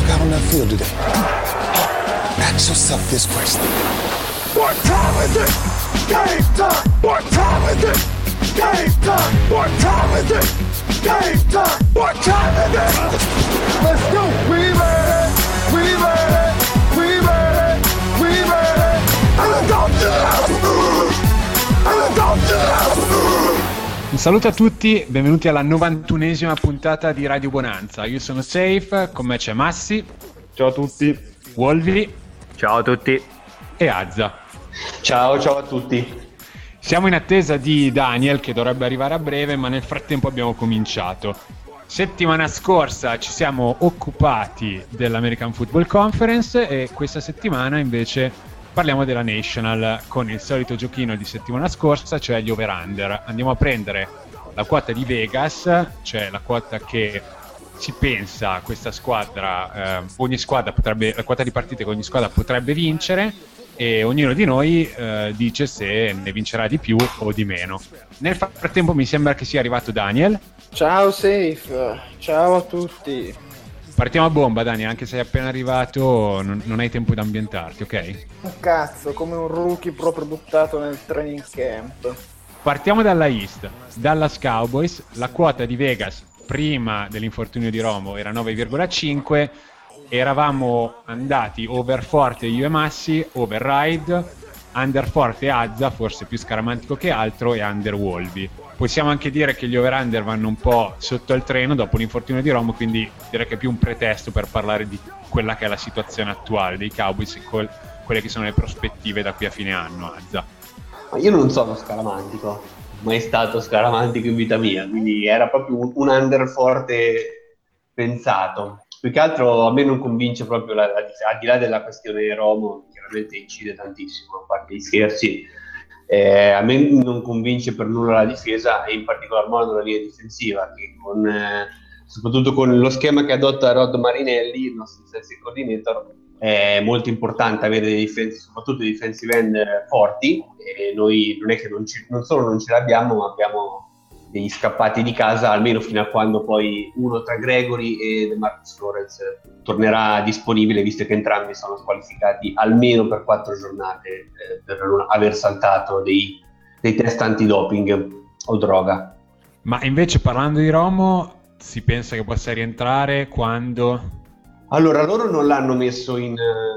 walk out on that field today, ask yourself this question. What time is it? Game time! What time is it? Game time! What time is it? Game time! What time is it? Let's go! We ready! We ready! We ready! We ready! I'm going to the house! I'm going to the house! Un saluto a tutti, benvenuti alla 91esima puntata di Radio Bonanza. Io sono Safe, con me c'è Massi. Ciao a tutti. Wolvi. Ciao a tutti. E Azza. Ciao a tutti. Siamo in attesa di Daniel che dovrebbe arrivare a breve, ma nel frattempo abbiamo cominciato. Settimana scorsa ci siamo occupati dell'American Football Conference e questa settimana invece parliamo della National con il solito giochino di settimana scorsa, cioè gli over-under. Andiamo a prendere la quota di Vegas, cioè la quota che si pensa questa squadra, ogni squadra potrebbe, la quota di partite che ogni squadra potrebbe vincere, e ognuno di noi dice se ne vincerà di più o di meno. Nel frattempo mi sembra che sia arrivato Daniel. Ciao Safe, ciao a tutti. Partiamo a bomba, Daniel, anche se sei appena arrivato non hai tempo di ambientarti, ok? Un cazzo, come un rookie proprio buttato nel training camp. Partiamo dalla East, Dallas Cowboys. La quota di Vegas prima dell'infortunio di Romo era 9,5. Eravamo andati over forte io e Massi, over ride, under forte Azza, forse più scaramantico che altro, e under Wolvi. Possiamo anche dire che gli over-under vanno un po' sotto al treno dopo l'infortunio di Romo, quindi direi che è più un pretesto per parlare di quella che è la situazione attuale dei Cowboys e quelle che sono le prospettive da qui a fine anno, Azza. Ma io non sono scaramantico, mai stato scaramantico in vita mia, quindi era proprio un under forte pensato. Più che altro a me non convince proprio, al di là della questione Romo, chiaramente incide tantissimo, a parte gli scherzi. A me non convince per nulla la difesa, e in particolar modo la linea difensiva, che soprattutto con lo schema che adotta Rod Marinelli, il nostro defensive coordinator, è molto importante avere dei soprattutto dei defensive end forti, e noi non è che non solo non ce l'abbiamo, ma abbiamo degli scappati di casa, almeno fino a quando poi uno tra Gregory e DeMarcus Lawrence tornerà disponibile, visto che entrambi sono squalificati almeno per 4 giornate per non aver saltato dei test antidoping o droga. Ma invece, parlando di Romo, si pensa che possa rientrare quando? Allora, loro non l'hanno messo né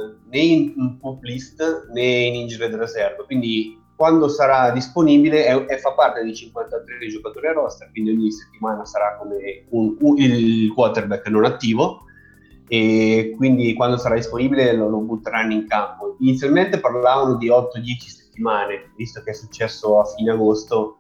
in pup list né in injured reserve, quindi quando sarà disponibile fa parte dei 53 giocatori a roster, quindi ogni settimana sarà come il quarterback non attivo, e quindi quando sarà disponibile lo butteranno in campo. Inizialmente parlavano di 8-10 settimane, visto che è successo a fine agosto,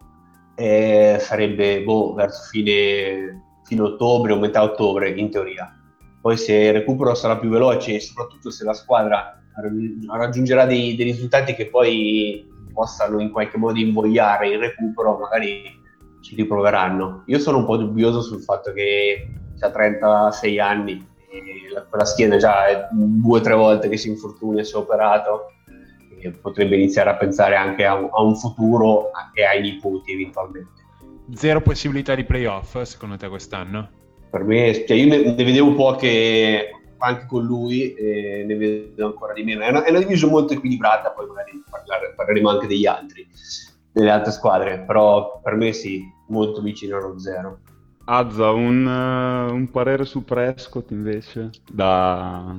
sarebbe verso fine ottobre o metà ottobre in teoria. Poi se il recupero sarà più veloce e soprattutto se la squadra raggiungerà dei risultati che poi possano in qualche modo invogliare il recupero, magari ci riproveranno. Io sono un po' dubbioso sul fatto che ha 36 anni e quella schiena già è 2 o 3 volte che si infortuna e si è operato, e potrebbe iniziare a pensare anche a un futuro e ai nipoti eventualmente. Zero possibilità di playoff secondo te quest'anno? Per me, cioè io ne vedevo poche anche con lui, ne vedo ancora di meno. È una division molto equilibrata, poi magari parleremo anche delle altre squadre, però per me sì, molto vicino allo zero. Azza, un parere su Prescott invece, da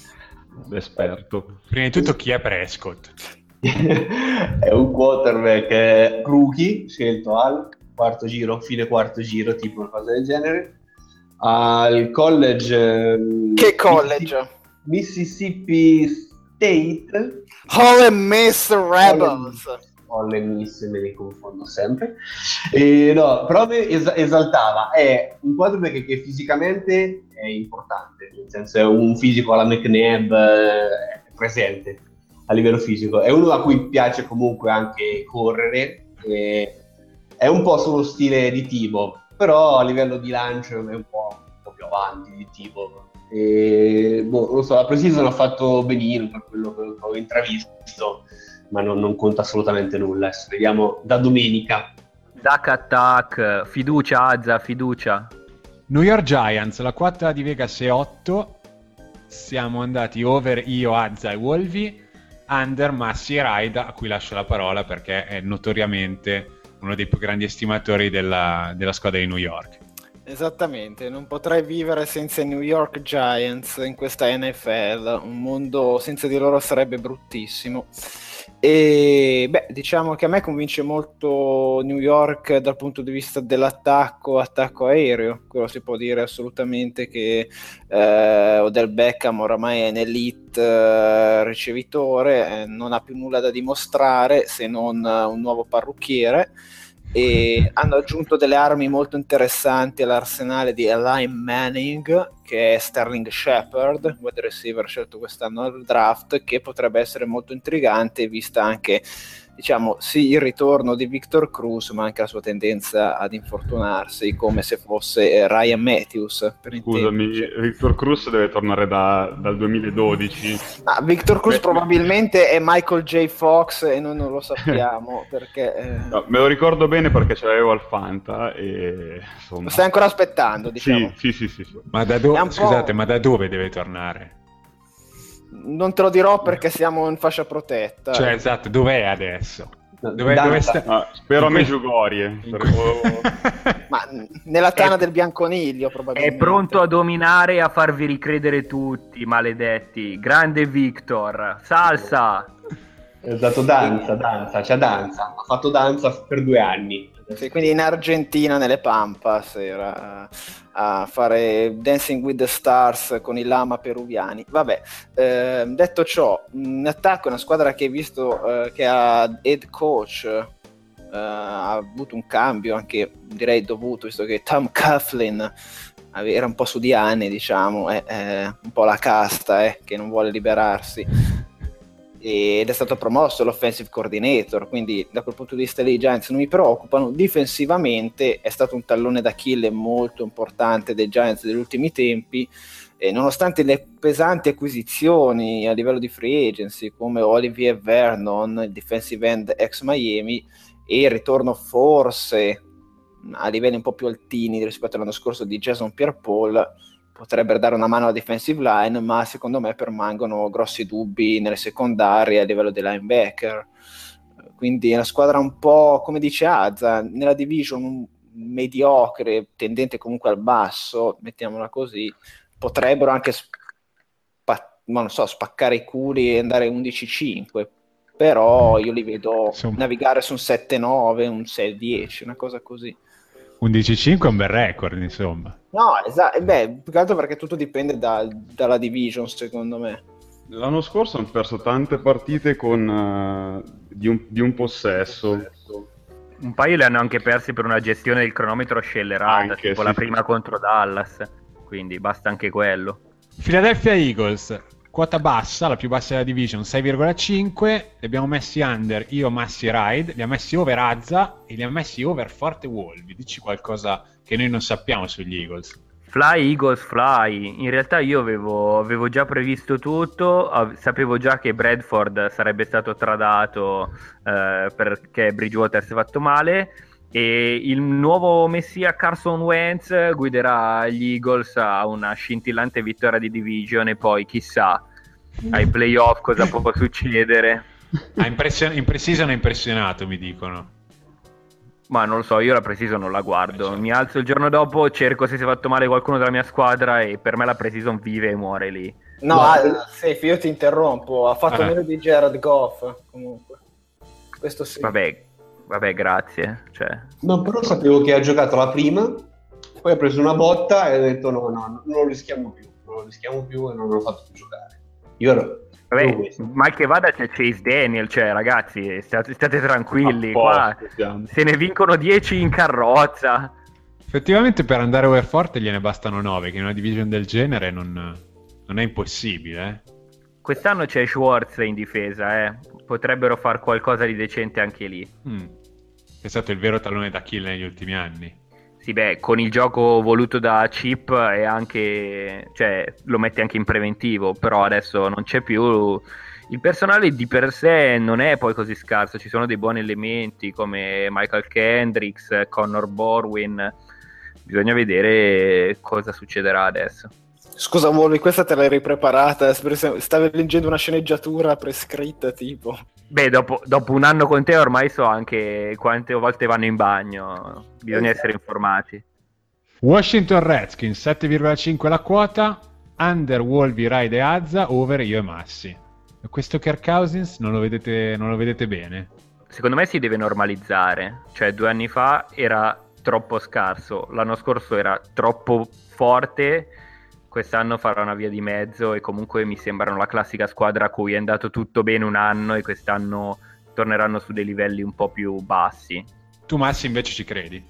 esperto. Prima di tutto, chi è Prescott? È un quarterback rookie, scelto al fine quarto giro, tipo una cosa del genere. Al college, che college? Mississippi State, Ole Miss Rebels. Ole Miss, me ne confondo sempre. No, però esaltava, è un quarterback che fisicamente è importante, nel senso è un fisico alla McNabb, è presente a livello fisico, è uno a cui piace comunque anche correre, è un po' sullo stile di Tebow, però a livello di lancio è un po' più avanti di Tebow. Non lo so, la pre-season ha fatto benino per quello che ho intravisto, ma non conta assolutamente nulla. Adesso vediamo da domenica. Duck attack, fiducia Azza, fiducia. New York Giants, la quota di Vegas è 8, siamo andati over io, Azza e Wolvi, under Massi e Raid, a cui lascio la parola perché è notoriamente uno dei più grandi estimatori della squadra di New York. Esattamente, non potrei vivere senza i New York Giants in questa NFL, un mondo senza di loro sarebbe bruttissimo. E beh, diciamo che a me convince molto New York dal punto di vista dell'attacco aereo, quello si può dire assolutamente che Odell Beckham oramai è un elite ricevitore, non ha più nulla da dimostrare se non un nuovo parrucchiere, e hanno aggiunto delle armi molto interessanti all'arsenale di Eli Manning, che è Sterling Shepard, wide receiver scelto quest'anno al draft, che potrebbe essere molto intrigante vista anche, diciamo, sì, il ritorno di Victor Cruz, ma anche la sua tendenza ad infortunarsi, come se fosse Ryan Matthews, per Scusami, intenderci. Victor Cruz deve tornare dal 2012. Victor Cruz probabilmente è Michael J. Fox e noi non lo sappiamo perché No, me lo ricordo bene perché ce l'avevo al Fanta e insomma... lo stai ancora aspettando, diciamo. Sì. Ma scusate, ma da dove deve tornare? Non te lo dirò perché siamo in fascia protetta. Cioè, esatto, dov'è adesso? Dove Danza. sta? Spero a In que- Meggiugorie. Ma nella tana del bianconiglio È probabilmente. pronto a dominare e a farvi ricredere tutti, maledetti. Grande Victor. Salsa. È dato danza, ha fatto danza per 2 anni. Sì, quindi in Argentina, nelle Pampas, era a fare Dancing with the Stars con i lama peruviani. Vabbè, detto ciò, in attacco è una squadra che hai visto che ha head coach, ha avuto un cambio anche direi dovuto, visto che Tom Coughlin era un po' su di anni, diciamo, è un po' la casta che non vuole liberarsi, ed è stato promosso l'offensive coordinator, quindi da quel punto di vista lì i Giants non mi preoccupano. Difensivamente è stato un tallone d'Achille molto importante dei Giants degli ultimi tempi, e nonostante le pesanti acquisizioni a livello di free agency come Olivier Vernon, il defensive end ex Miami, e il ritorno forse a livelli un po' più altini rispetto all'anno scorso di Jason Pierre-Paul, potrebbero dare una mano alla defensive line, ma secondo me permangono grossi dubbi nelle secondarie a livello dei linebacker. Quindi è una squadra un po', come dice Azza, nella division mediocre, tendente comunque al basso, mettiamola così. Potrebbero anche spaccare i culi e andare 11-5, però io li vedo navigare su un 7-9, un 6-10, una cosa così. 11-5 è un bel record, insomma. No, esatto, più che altro perché tutto dipende dalla division, secondo me. L'anno scorso hanno perso tante partite con di un possesso. Un paio le hanno anche persi per una gestione del cronometro scellerata, Anche, tipo sì. la prima contro Dallas, quindi basta anche quello. Philadelphia Eagles, quota bassa, la più bassa della division, 6,5. Li abbiamo messi under io, Massi e Ride, li ha messi over Azza e li ha messi over Forte Wolvi. Dici qualcosa che noi non sappiamo sugli Eagles. Fly Eagles Fly, in realtà io avevo già previsto tutto, sapevo già che Bradford sarebbe stato tradato perché Bridgewater si è fatto male, e il nuovo messia Carson Wentz guiderà gli Eagles a una scintillante vittoria di division, e poi chissà ai playoff cosa può succedere. In pre-season è impressionato, mi dicono. Ma non lo so, io la pre-season non la guardo, mi alzo il giorno dopo, cerco se si è fatto male qualcuno della mia squadra, e per me la pre-season vive e muore lì. No, Sefi, io ti interrompo, ha fatto meno di Jared Goff, comunque. Questo sì. Vabbè, grazie. No, però sapevo che ha giocato la prima, poi ha preso una botta e ha detto no, non lo rischiamo più e non l'ho fatto più giocare. Io ero... Vabbè, mal che vada c'è Chase Daniel, ragazzi, state tranquilli, qua se ne vincono 10 in carrozza. Effettivamente per andare over forte gliene bastano 9, che in una division del genere non è impossibile. Quest'anno c'è Schwartz in difesa, potrebbero far qualcosa di decente anche lì. È stato il vero tallone d'Achille negli ultimi anni. Sì, con il gioco voluto da Chip e anche, lo mette anche in preventivo, però adesso non c'è più. Il personale di per sé non è poi così scarso, ci sono dei buoni elementi come Michael Kendricks, Connor Borwin. Bisogna vedere cosa succederà adesso. Scusa, Wolvi, questa te l'hai ripreparata? Stavi leggendo una sceneggiatura prescritta, tipo? Beh, dopo un anno con te ormai so anche quante volte vanno in bagno. Bisogna essere informati. Washington Redskins 7,5 la quota, under Wolvi, Raid e Azza, over io e Massi. E questo Kirk Cousins non lo vedete bene? Secondo me si deve normalizzare. Cioè 2 anni fa era troppo scarso, l'anno scorso era troppo forte, quest'anno farà una via di mezzo e comunque mi sembrano la classica squadra a cui è andato tutto bene un anno e quest'anno torneranno su dei livelli un po' più bassi. Tu Massi invece ci credi?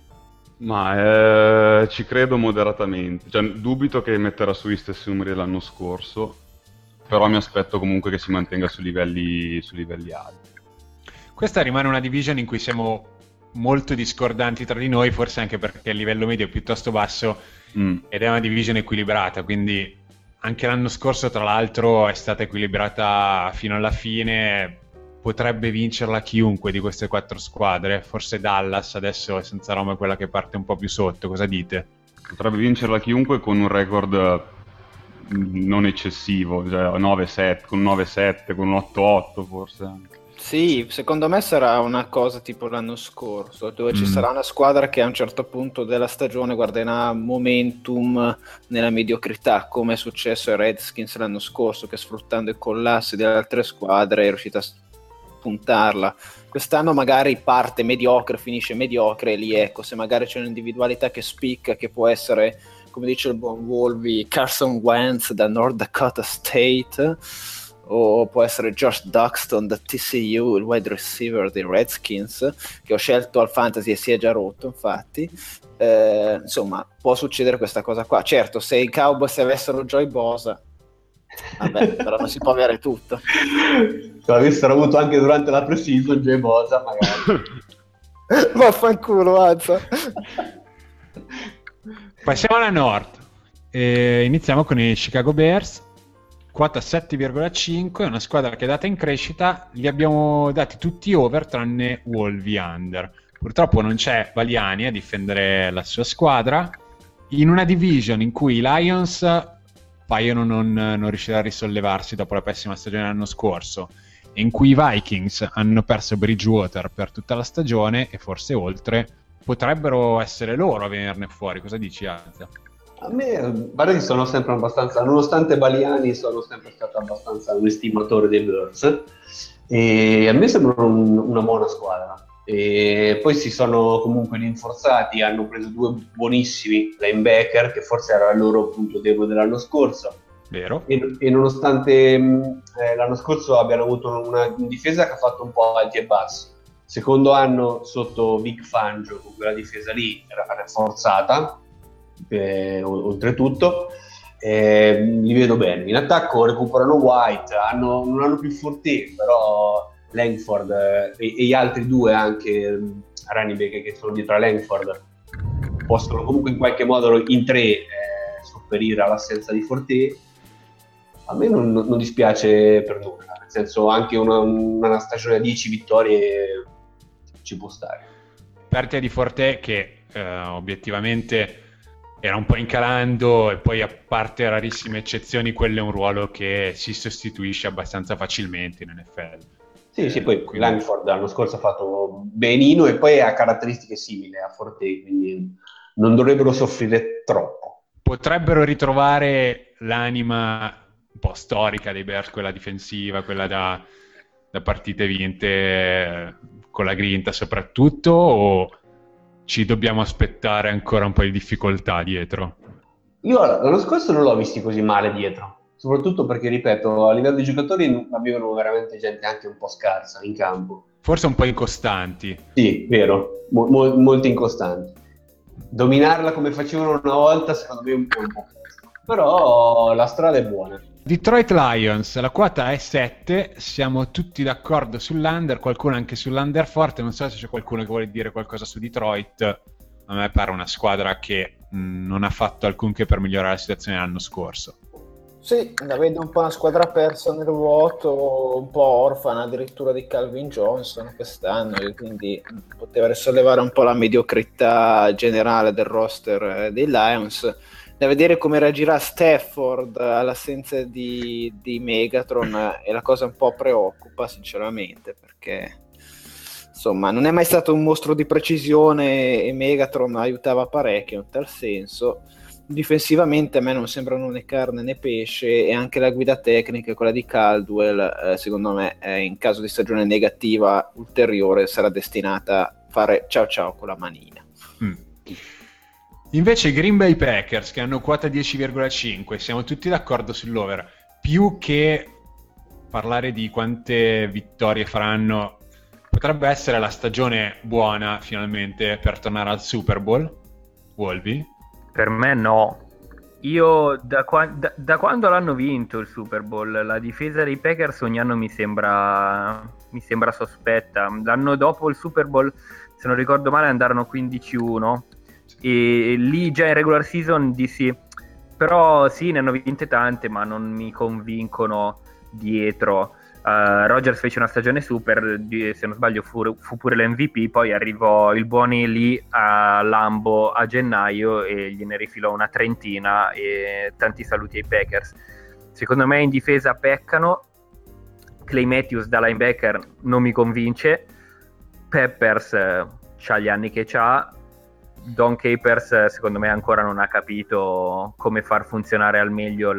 Ma ci credo moderatamente, cioè, dubito che metterà sugli stessi numeri dell'anno scorso, però mi aspetto comunque che si mantenga su livelli alti. Questa rimane una division in cui siamo molto discordanti tra di noi, forse anche perché il livello medio è piuttosto basso ed è una division equilibrata, quindi anche l'anno scorso tra l'altro è stata equilibrata fino alla fine, potrebbe vincerla chiunque di queste 4 squadre, forse Dallas adesso è senza Roma quella che parte un po' più sotto, cosa dite? Potrebbe vincerla chiunque con un record non eccessivo, cioè 9-7, con un 9-7, con un 8-8 forse anche. Sì, secondo me sarà una cosa tipo l'anno scorso, dove ci sarà una squadra che a un certo punto della stagione guarderà momentum nella mediocrità, come è successo ai Redskins l'anno scorso, che sfruttando i collassi delle altre squadre è riuscita a puntarla. Quest'anno magari parte mediocre, finisce mediocre e lì ecco, se magari c'è un'individualità che spicca, che può essere, come dice il buon Wolvi, Carson Wentz da North Dakota State, o può essere Josh Duxton da TCU, il wide receiver dei Redskins, che ho scelto al fantasy e si è già rotto infatti. Insomma, può succedere questa cosa qua. Certo, se i Cowboys avessero Joey Bosa, vabbè, però non si può avere tutto. Se l'avessero avuto anche durante la pre-season, Joey Bosa magari. Vaffanculo, Azza. Passiamo alla Nord. Iniziamo con i Chicago Bears. Quota 7,5, è una squadra che è data in crescita, li abbiamo dati tutti over tranne Wolvi under. Purtroppo non c'è Valiani a difendere la sua squadra, in una division in cui i Lions paiono non riuscire a risollevarsi dopo la pessima stagione dell'anno scorso, e in cui i Vikings hanno perso Bridgewater per tutta la stagione e forse oltre, potrebbero essere loro a venirne fuori. Cosa dici, Azza? A me pare che sono sempre abbastanza, nonostante Baliani, sono sempre stato abbastanza un estimatore dei Bears e a me sembra una buona squadra. E poi si sono comunque rinforzati, hanno preso 2 buonissimi linebacker che forse era il loro punto debole dell'anno scorso. Vero? E nonostante l'anno scorso abbiano avuto una difesa che ha fatto un po' alti e bassi, secondo anno sotto Vic Fangio con quella difesa lì era rafforzata. Oltretutto li vedo bene in attacco, recuperano White, non hanno più Forte, però Langford e gli altri 2 anche running back che sono dietro a Langford possono comunque in qualche modo in 3 sopperire all'assenza di Forte. A me non dispiace per nulla, nel senso anche una stagione a 10 vittorie ci può stare. Perdita di Forte che obiettivamente era un po' incalando, e poi a parte rarissime eccezioni quello è un ruolo che si sostituisce abbastanza facilmente in NFL. Sì, poi Langford l'anno scorso ha fatto benino e poi ha caratteristiche simili a Forte, quindi non dovrebbero soffrire troppo. Potrebbero ritrovare l'anima un po' storica dei Bears, quella difensiva, quella da partite vinte con la grinta soprattutto, o ci dobbiamo aspettare ancora un po' di difficoltà dietro? Io l'anno scorso non l'ho visti così male dietro, soprattutto perché, ripeto, a livello di giocatori avevano veramente gente anche un po' scarsa in campo. Forse un po' incostanti. Sì, vero, molto incostanti. Dominarla come facevano una volta secondo me è un po' presto, però la strada è buona. Detroit Lions, la quota è 7, siamo tutti d'accordo sull'under, qualcuno anche sull'under forte, non so se c'è qualcuno che vuole dire qualcosa su Detroit. A me pare una squadra che non ha fatto alcunché per migliorare la situazione l'anno scorso. Sì, la vedo un po' una squadra persa nel vuoto, un po' orfana addirittura di Calvin Johnson quest'anno, e quindi poteva risollevare un po' la mediocrità generale del roster dei Lions. Da vedere come reagirà Stafford all'assenza di Megatron, e la cosa un po' preoccupa sinceramente, perché insomma non è mai stato un mostro di precisione e Megatron aiutava parecchio in tal senso. Difensivamente a me non sembrano né carne né pesce, e anche la guida tecnica, quella di Caldwell, secondo me in caso di stagione negativa ulteriore sarà destinata a fare ciao ciao con la manina. Invece i Green Bay Packers, che hanno quota 10,5, siamo tutti d'accordo sull'over. Più che parlare di quante vittorie faranno, potrebbe essere la stagione buona finalmente per tornare al Super Bowl, Wolby? Per me no. Io da quando l'hanno vinto il Super Bowl, la difesa dei Packers ogni anno mi sembra sospetta. L'anno dopo il Super Bowl, se non ricordo male, andarono 15-1 e lì già in regular season dissi però sì, ne hanno vinte tante ma non mi convincono dietro. Rodgers fece una stagione super, se non sbaglio fu pure l'MVP, poi arrivò il buoni lì a Lambo a gennaio e gliene rifilò una trentina, e tanti saluti ai Packers. Secondo me in difesa peccano. Clay Matthews da linebacker non mi convince. Peppers c'ha gli anni che c'ha. Don Capers secondo me ancora non ha capito come far funzionare al meglio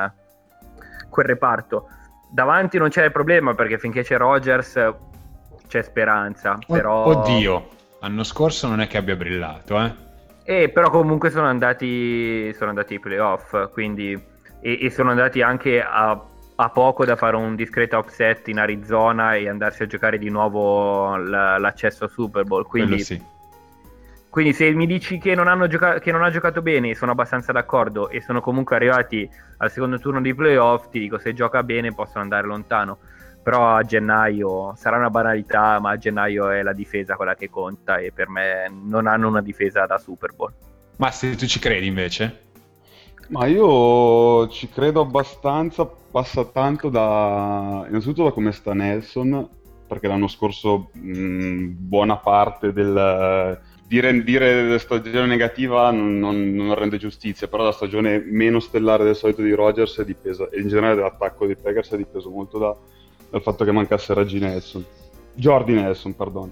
quel reparto. Davanti non c'è il problema, perché finché c'è Rodgers c'è speranza, però... Oddio, l'anno scorso non è che abbia brillato, però comunque sono andati ai playoff, quindi e sono andati anche a poco da fare un discreto upset in Arizona e andarsi a giocare di nuovo l'accesso al Super Bowl, quindi sì. Quindi se mi dici che non ha giocato bene, sono abbastanza d'accordo, e sono comunque arrivati al secondo turno dei playoff, ti dico, se gioca bene possono andare lontano. Però a gennaio sarà una banalità, ma a gennaio è la difesa quella che conta, e per me non hanno una difesa da Super Bowl. Ma se tu ci credi invece? Ma io ci credo abbastanza, passa tanto innanzitutto da come sta Nelson, perché l'anno scorso buona parte del... Dire stagione negativa non rende giustizia, però la stagione meno stellare del solito di Rodgers è dipesa, e in generale dell'attacco dei Packers è dipeso molto dal fatto che mancasse Jordy Nelson, pardon.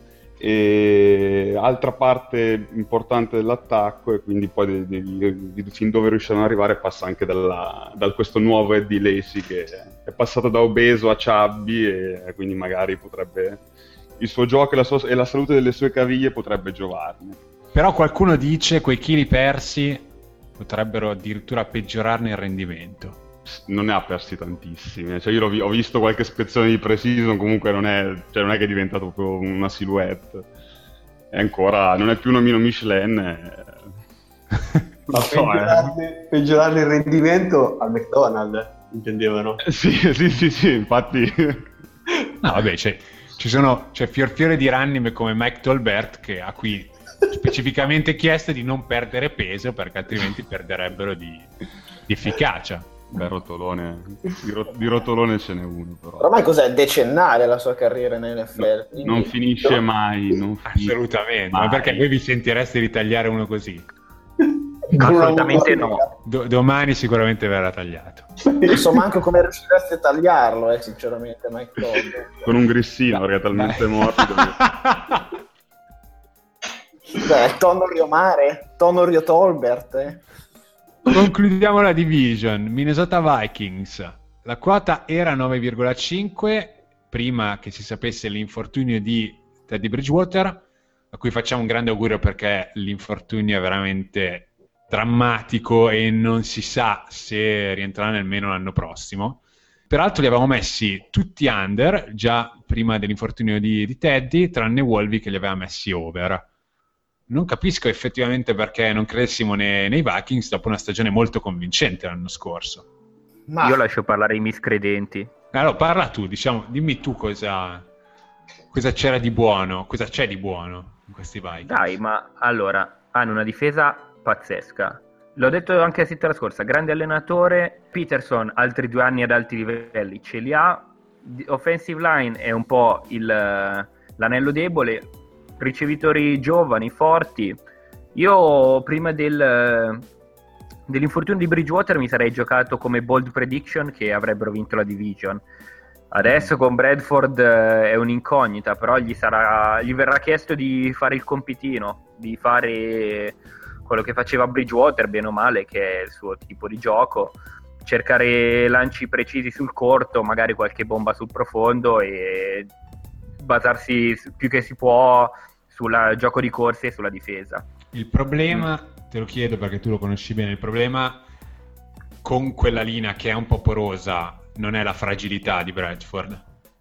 E altra parte importante dell'attacco, e quindi poi di fin dove riusciranno ad arrivare, passa anche dal questo nuovo Eddie Lacy, che è passato da obeso a chubby, e quindi magari potrebbe... il suo gioco e la salute delle sue caviglie potrebbe giovarne. Però qualcuno dice quei chili persi potrebbero addirittura peggiorarne il rendimento. Non ne ha persi tantissimi, cioè io ho visto qualche spezzone di pre-season, comunque non è che è diventato proprio una silhouette, è ancora, non è più un omino Michelin. Ma peggiorarne il rendimento al McDonald's, intendevano? Sì, infatti. No, vabbè, c'è fior di running come Mike Tolbert, a cui specificamente chiesto di non perdere peso, perché altrimenti perderebbero di efficacia. Beh, rotolone, di rotolone ce n'è uno, però. Ormai cos'è? Decennale la sua carriera in NFL. No, non finisce mai. Assolutamente, ma perché voi vi sentireste di tagliare uno così? Assolutamente no. Domani sicuramente verrà tagliato. Non so manco come riuscireste a tagliarlo, sinceramente, Mike Todd. Con un grissino, perché è talmente morbido. Beh, Tonorio Tolbert. Concludiamo la division. Minnesota Vikings. La quota era 9,5 prima che si sapesse l'infortunio di Teddy Bridgewater, a cui facciamo un grande augurio, perché l'infortunio è veramente drammatico e non si sa se rientrerà nemmeno l'anno prossimo. Peraltro li avevamo messi tutti under già prima dell'infortunio di Teddy, tranne Wolby che li aveva messi over. Non capisco effettivamente perché non credessimo nei Vikings dopo una stagione molto convincente l'anno scorso. Ma io lascio parlare i miscredenti. Allora parla tu, dimmi tu cosa c'era di buono, cosa c'è di buono in questi Vikings. Dai, ma allora hanno una difesa pazzesca, L'ho detto anche la settimana scorsa, grande allenatore. Peterson altri 2 anni ad alti livelli ce li ha. Offensive line è un po' l'anello debole, ricevitori giovani, forti. Io prima dell'infortunio di Bridgewater mi sarei giocato come bold prediction che avrebbero vinto la division. Adesso con Bradford è un'incognita, però gli verrà chiesto di fare il compitino, di fare quello che faceva Bridgewater, bene o male, che è il suo tipo di gioco, cercare lanci precisi sul corto, magari qualche bomba sul profondo e basarsi più che si può sul gioco di corse e sulla difesa. Il problema, te lo chiedo perché tu lo conosci bene, il problema con quella linea che è un po' porosa non è la fragilità di Bradford.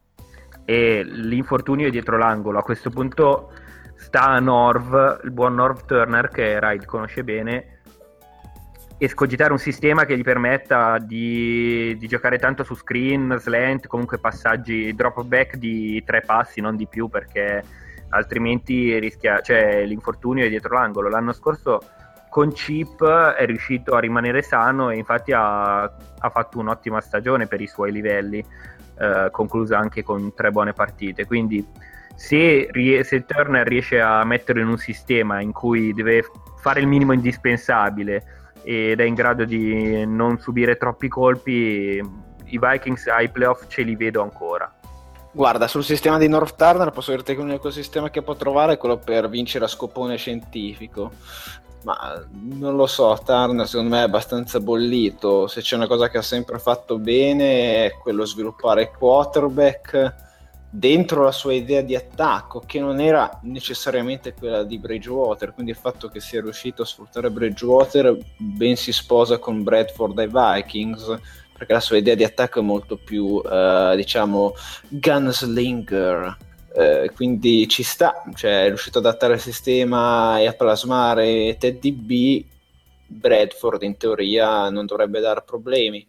E l'infortunio è dietro l'angolo. A questo punto sta a Norv, il buon Norv Turner, che Raid conosce bene, escogitare un sistema che gli permetta di giocare tanto su screen, slant, comunque passaggi, drop back di 3 passi, non di più, perché altrimenti rischia, cioè l'infortunio è dietro l'angolo. L'anno scorso con Chip è riuscito a rimanere sano e infatti ha fatto un'ottima stagione per i suoi livelli, conclusa anche con 3 buone partite. Quindi se Turner riesce a metterlo in un sistema in cui deve fare il minimo indispensabile ed è in grado di non subire troppi colpi, i Vikings ai playoff ce li vedo ancora. Guarda, sul sistema di North Turner posso dirti che l'unico sistema che può trovare è quello per vincere a scopone scientifico, ma non lo so, Turner secondo me è abbastanza bollito. Se c'è una cosa che ha sempre fatto bene è quello sviluppare quarterback dentro la sua idea di attacco, che non era necessariamente quella di Bridgewater, quindi il fatto che sia riuscito a sfruttare Bridgewater ben si sposa con Bradford ai Vikings, perché la sua idea di attacco è molto più diciamo gunslinger, quindi ci sta, cioè è riuscito ad adattare il sistema e a plasmare Teddy B. Bradford in teoria non dovrebbe dare problemi.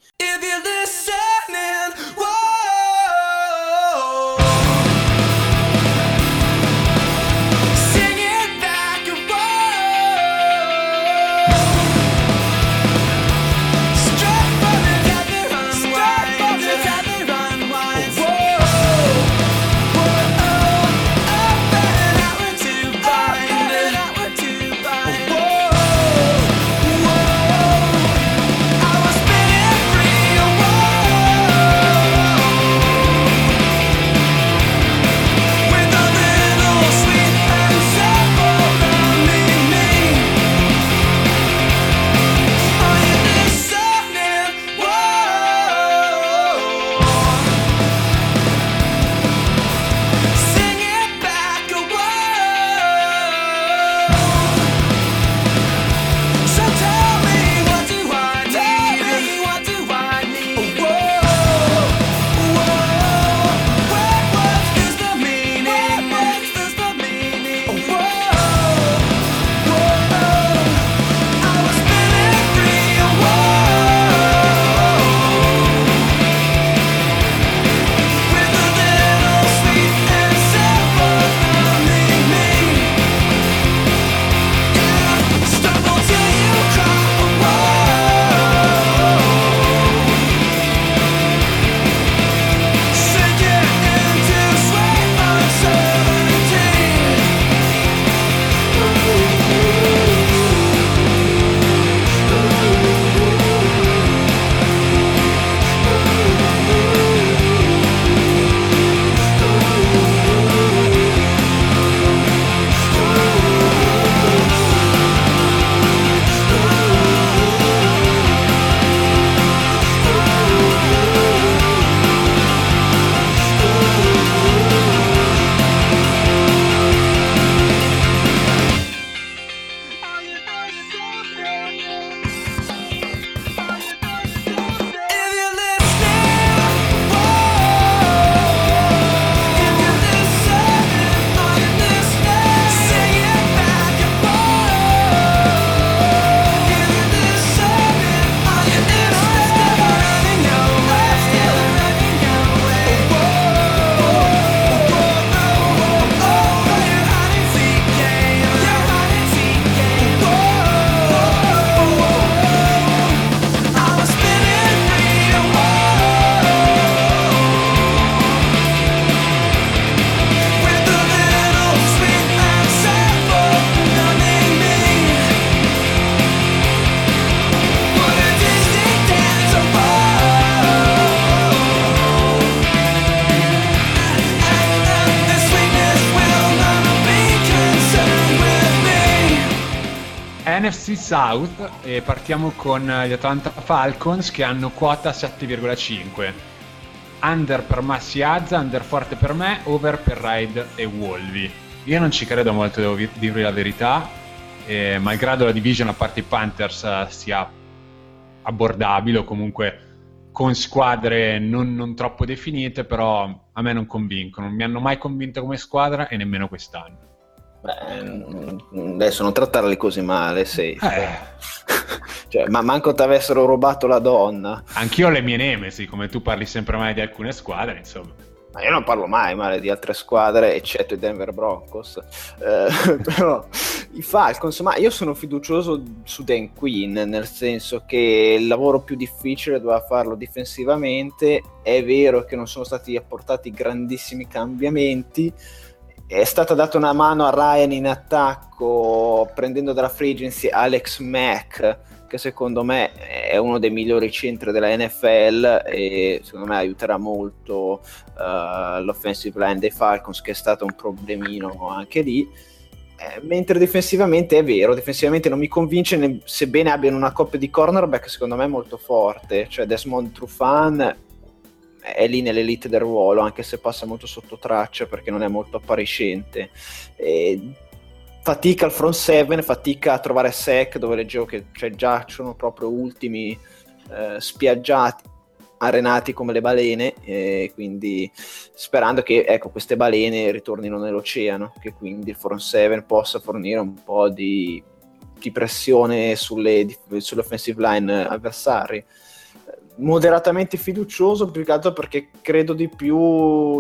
NFC South e partiamo con gli Atlanta Falcons che hanno quota 7,5. Under per Massi Azza, under forte per me, over per Ride e Wolvi. Io non ci credo molto, devo dirvi la verità, malgrado la division a parte i Panthers sia abbordabile o comunque con squadre non troppo definite, però a me non convincono, non mi hanno mai convinto come squadra e nemmeno quest'anno. Adesso non trattarli così male, sì. Cioè, ma manco ti avessero rubato la donna. Anch'io ho le mie nemesi, come tu parli sempre male di alcune squadre, insomma. Ma io non parlo mai male di altre squadre, eccetto i Denver Broncos. Però i Falcons, ma io sono fiducioso su Dan Quinn, nel senso che il lavoro più difficile doveva farlo difensivamente. È vero che non sono stati apportati grandissimi cambiamenti. È stata data una mano a Ryan in attacco prendendo dalla free agency Alex Mack, che secondo me è uno dei migliori centri della NFL e secondo me aiuterà molto l'offensive line dei Falcons, che è stato un problemino anche lì. Mentre difensivamente è vero, difensivamente non mi convince, sebbene abbiano una coppia di cornerback secondo me molto forte, cioè Desmond Trufant è lì nell'elite del ruolo, anche se passa molto sotto traccia perché non è molto appariscente. Fatica al front seven, fatica a trovare sec, dove leggevo che giacciono proprio ultimi spiaggiati, arenati come le balene, quindi sperando che queste balene ritornino nell'oceano, che quindi il front seven possa fornire un po' di pressione sulle offensive line avversari. Moderatamente fiducioso, più che altro perché credo di più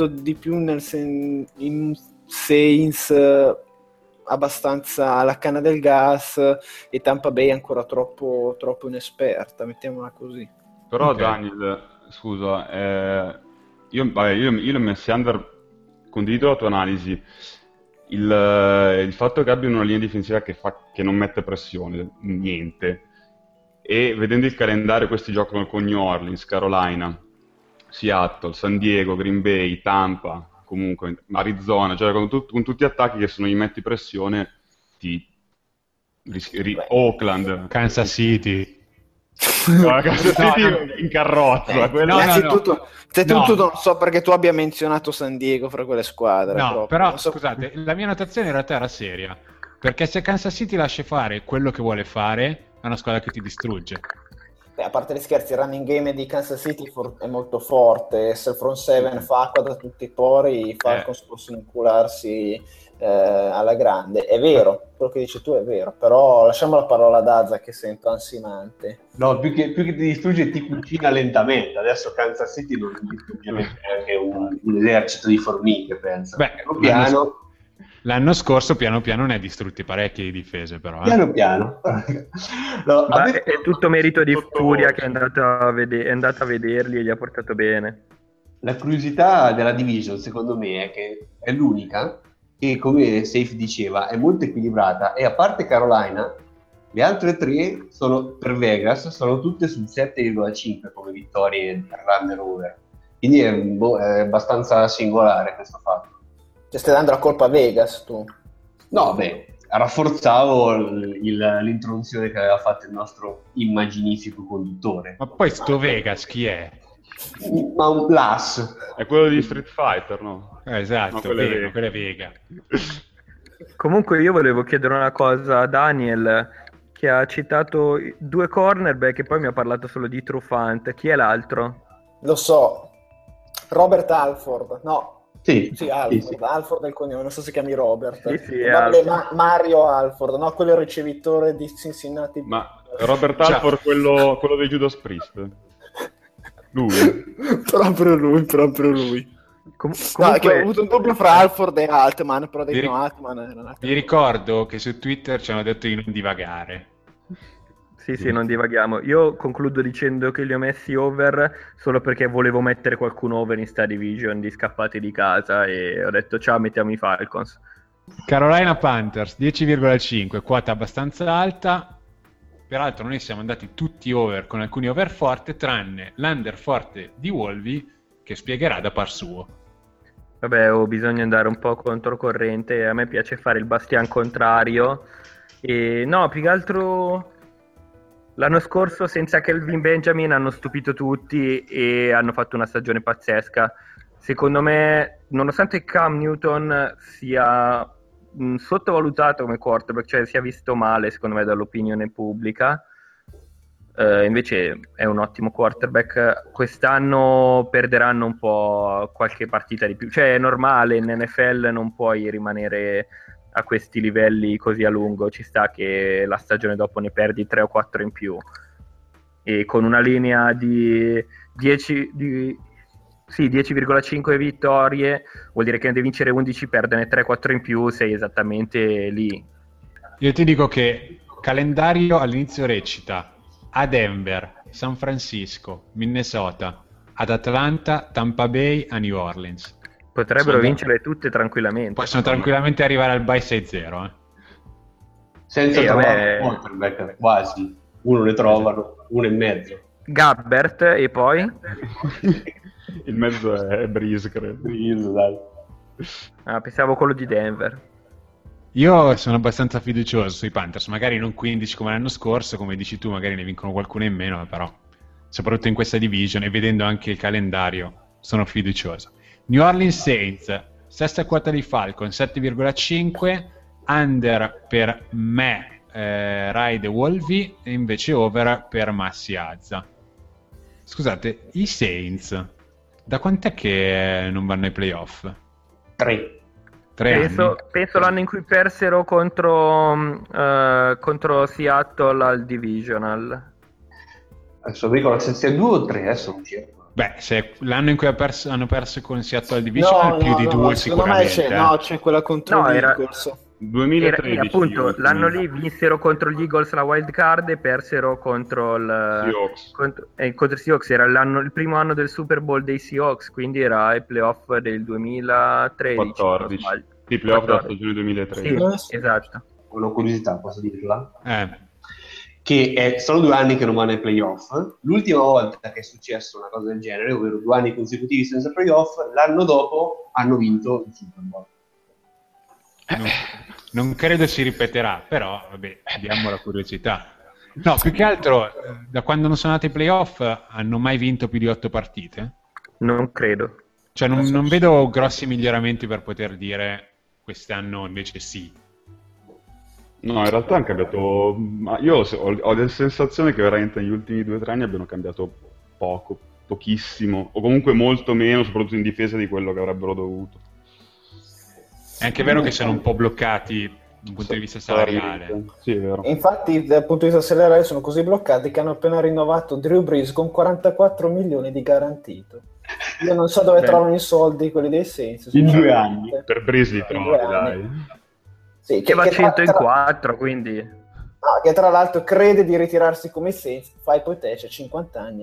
in Saints abbastanza alla canna del gas, e Tampa Bay ancora troppo inesperta, mettiamola così. Però Okay. Daniel, scusa, io l'ho messi under, condivido la tua analisi. Il fatto che abbiano una linea difensiva che non mette pressione, niente. E vedendo il calendario, questi giocano con New Orleans, Carolina, Seattle, San Diego, Green Bay, Tampa, comunque Arizona, cioè con tutti attacchi che se non gli metti pressione Oakland, Kansas City. no, Kansas City in carrozza, quello- Innanzitutto No. non so perché tu abbia menzionato San Diego fra quelle squadre. No, proprio. però Non so- scusate, la mia notazione in realtà era seria, perché se Kansas City lascia fare quello che vuole fare, è una squadra che ti distrugge. A parte gli scherzi, il running game di Kansas City è molto forte. Se il front seven fa acqua da tutti i pori, i Falcons possono incularsi alla grande. È vero, quello che dici tu è vero, però lasciamo la parola ad Azza, che sento ansimante. No, più che ti distrugge, ti cucina lentamente. Adesso Kansas City non ti distrugge neanche un esercito di formiche, penso. Beh, piano L'anno scorso piano piano ne ha distrutti parecchie di difese, però. piano. No, a me- È tutto merito di Furia, che è andato a vederli e gli ha portato bene. La curiosità della division, secondo me, è che è l'unica che, come Safe diceva, è molto equilibrata, e a parte Carolina, le altre tre per Vegas sono tutte sul 7,5 come vittorie per under over. Quindi è abbastanza singolare questo fatto. Cioè, stai dando la colpa a Vegas tu? No, beh, rafforzavo l'introduzione che aveva fatto il nostro immaginifico conduttore. Ma poi sto Vegas chi è? Ma un plus. è quello di Street Fighter, no? Esatto, No, quella è Vega. quella è Vega. Comunque io volevo chiedere una cosa a Daniel, che ha citato 2 cornerback e poi mi ha parlato solo di Trufant. Chi è l'altro? Lo so, Robert Alford, no. Sì, Alford, sì. Alford è il cognome, non so se chiami Robert. Sì, è Vabbè, Alford. Mario Alford, no? Quello è il ricevitore di Cincinnati. Ma Robert Ciao. Halford, quello dei Judas Priest? Lui? proprio lui. No, Comunque, che ho avuto un dubbio fra Alford e Altman, però Vi- detto Altman era un attimo. Vi ricordo che su Twitter ci hanno detto di non divagare. sì, non divaghiamo. Io concludo dicendo che li ho messi over solo perché volevo mettere qualcuno over in sta division di scappati di casa e ho detto ciao, mettiamo i Falcons. Carolina Panthers 10,5, quota abbastanza alta. Peraltro noi siamo andati tutti over con alcuni over forte, tranne l'under forte di Wolvi, che spiegherà da par suo. Vabbè, bisogna andare un po' controcorrente. A me piace fare il bastian contrario E no, più che altro l'anno scorso senza Kelvin Benjamin hanno stupito tutti e hanno fatto una stagione pazzesca. Secondo me, nonostante Cam Newton sia sottovalutato come quarterback, cioè sia visto male secondo me dall'opinione pubblica, invece è un ottimo quarterback. Quest'anno perderanno un po' qualche partita di più, cioè è normale, in NFL non puoi rimanere a questi livelli così a lungo, ci sta che la stagione dopo ne perdi 3 o 4 in più, e con una linea di 10,5 vittorie vuol dire che ne devi vincere 11, perderne 3-4 in più, sei esattamente lì. Io ti dico che calendario all'inizio recita a Denver, San Francisco, Minnesota, ad Atlanta, Tampa Bay, a New Orleans. Potrebbero vincere tutte tranquillamente. Possono tranquillamente arrivare al bye 6-0. Senza trovare un quarterback, quasi. Uno ne trovano, uno e mezzo. Gabbert e poi? Il mezzo è Breeze, credo. Breeze, dai. Pensavo quello di Denver. Io sono abbastanza fiducioso sui Panthers, magari non 15 come l'anno scorso, come dici tu, magari ne vincono qualcuno in meno, però soprattutto in questa division e vedendo anche il calendario sono fiducioso. New Orleans Saints, sesta quota di Falcon, 7,5, under per me, Ride Wolvi, e invece over per Massi Azza. Scusate, i Saints, da quant'è che non vanno ai playoff? 3 penso l'anno in cui persero contro Seattle al Divisional. Adesso ricordo se sia 2 o 3, adesso non c'è. Beh, se l'anno in cui hanno perso con Seattle al Divisional, più di 2 sicuramente. C'è quella contro gli Eagles. 2013 appunto l'anno lì vinsero contro gli Eagles la wild card e persero contro il Seahawks. Contro i Seahawks. Era il primo anno del Super Bowl dei Seahawks, quindi era i playoff del 2013. 14. I playoff della stagione 2013. Sì, esatto. Una curiosità, posso dirla? Che sono 2 anni che non vanno ai playoff. L'ultima volta che è successo una cosa del genere, ovvero 2 anni consecutivi senza playoff, l'anno dopo hanno vinto il Super Bowl. Non credo si ripeterà, però vabbè, abbiamo la curiosità. No, più che altro, da quando non sono andati ai playoff, hanno mai vinto più di 8 partite? Non credo. Cioè non vedo grossi miglioramenti per poter dire quest'anno invece sì. No, in realtà hanno cambiato. Ma io ho la sensazione che veramente negli ultimi 2 o 3 anni abbiano cambiato pochissimo, o comunque molto meno, soprattutto in difesa di quello che avrebbero dovuto. È anche vero che sono un po' bloccati dal punto di vista salariale. Sì, è vero. Infatti, dal punto di vista salariale sono così bloccati che hanno appena rinnovato Drew Brees con 44 milioni di garantito. Io non so dove trovano i soldi quelli dei Saints. In 2 anni. Per Brees li trovi, dai. Sì, che va 100 in 4, quindi... No, che tra l'altro crede di ritirarsi come Saints, fai poi te, c'è 50 anni.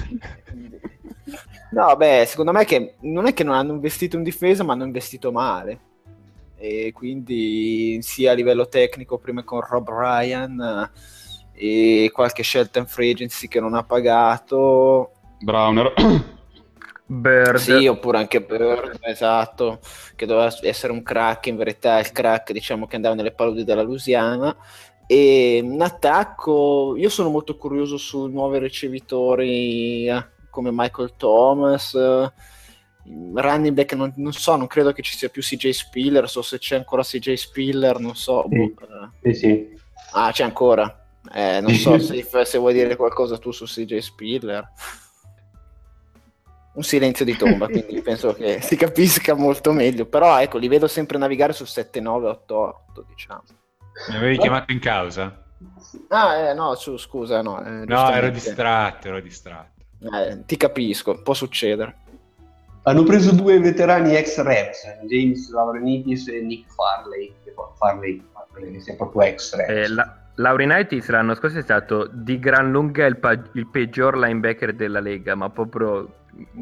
No, beh, secondo me che non è che non hanno investito in difesa, ma hanno investito male. E quindi sia a livello tecnico prima con Rob Ryan e qualche scelta in free agency che non ha pagato. Browner. Bird. Sì, oppure anche Bird, esatto, che doveva essere un crack, in verità il crack diciamo che andava nelle paludi della Louisiana. E un attacco, io sono molto curioso su nuovi ricevitori come Michael Thomas, running back non so, non credo che ci sia più CJ Spiller, so se c'è ancora CJ Spiller, non so. Sì. Ah, c'è ancora, non so se vuoi dire qualcosa tu su CJ Spiller. Un silenzio di tomba, quindi penso che si capisca molto meglio, però ecco, li vedo sempre navigare su 7-9-8-8, diciamo. Mi avevi chiamato in causa? No, scusa, no. No, ero distratto. Ti capisco, può succedere. Hanno preso 2 veterani ex-Reps, James Laurinaitis e Nick Farley, che sia proprio ex-Reps. Laurinaitis l'anno scorso è stato di gran lunga il peggior linebacker della Lega, ma proprio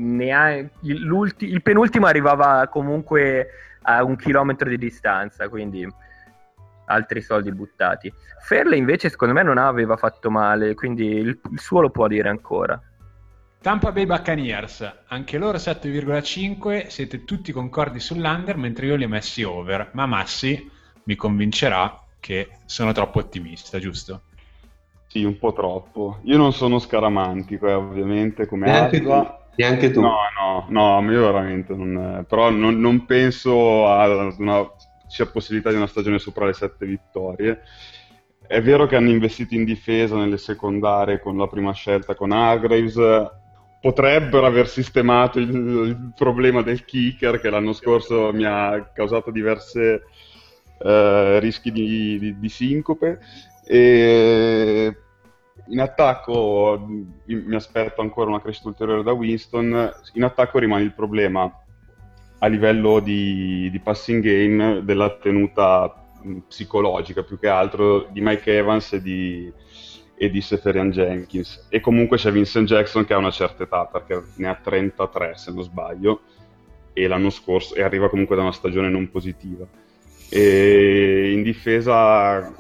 il penultimo arrivava comunque a 1 chilometro di distanza, quindi altri soldi buttati. Farley invece secondo me non aveva fatto male, quindi il suo lo può dire ancora. Tampa Bay Buccaneers, anche loro 7,5, siete tutti concordi sull'under, mentre io li ho messi over, ma Massi mi convincerà che sono troppo ottimista, giusto? Sì, un po' troppo. Io non sono scaramantico, ovviamente, come Neanche tu. Alba. Neanche tu. No, io veramente non... Però non penso sia possibilità di una stagione sopra le 7 vittorie. È vero che hanno investito in difesa nelle secondarie con la prima scelta con Hargreaves. Potrebbero aver sistemato il problema del kicker, che l'anno scorso mi ha causato diverse rischi di sincope. E in attacco mi aspetto ancora una crescita ulteriore da Winston. In attacco rimane il problema a livello di passing game della tenuta psicologica, più che altro, di Mike Evans e di Seferian Jenkins. E comunque c'è Vincent Jackson che ha una certa età, perché ne ha 33 se non sbaglio, e l'anno scorso, e arriva comunque da una stagione non positiva. E in difesa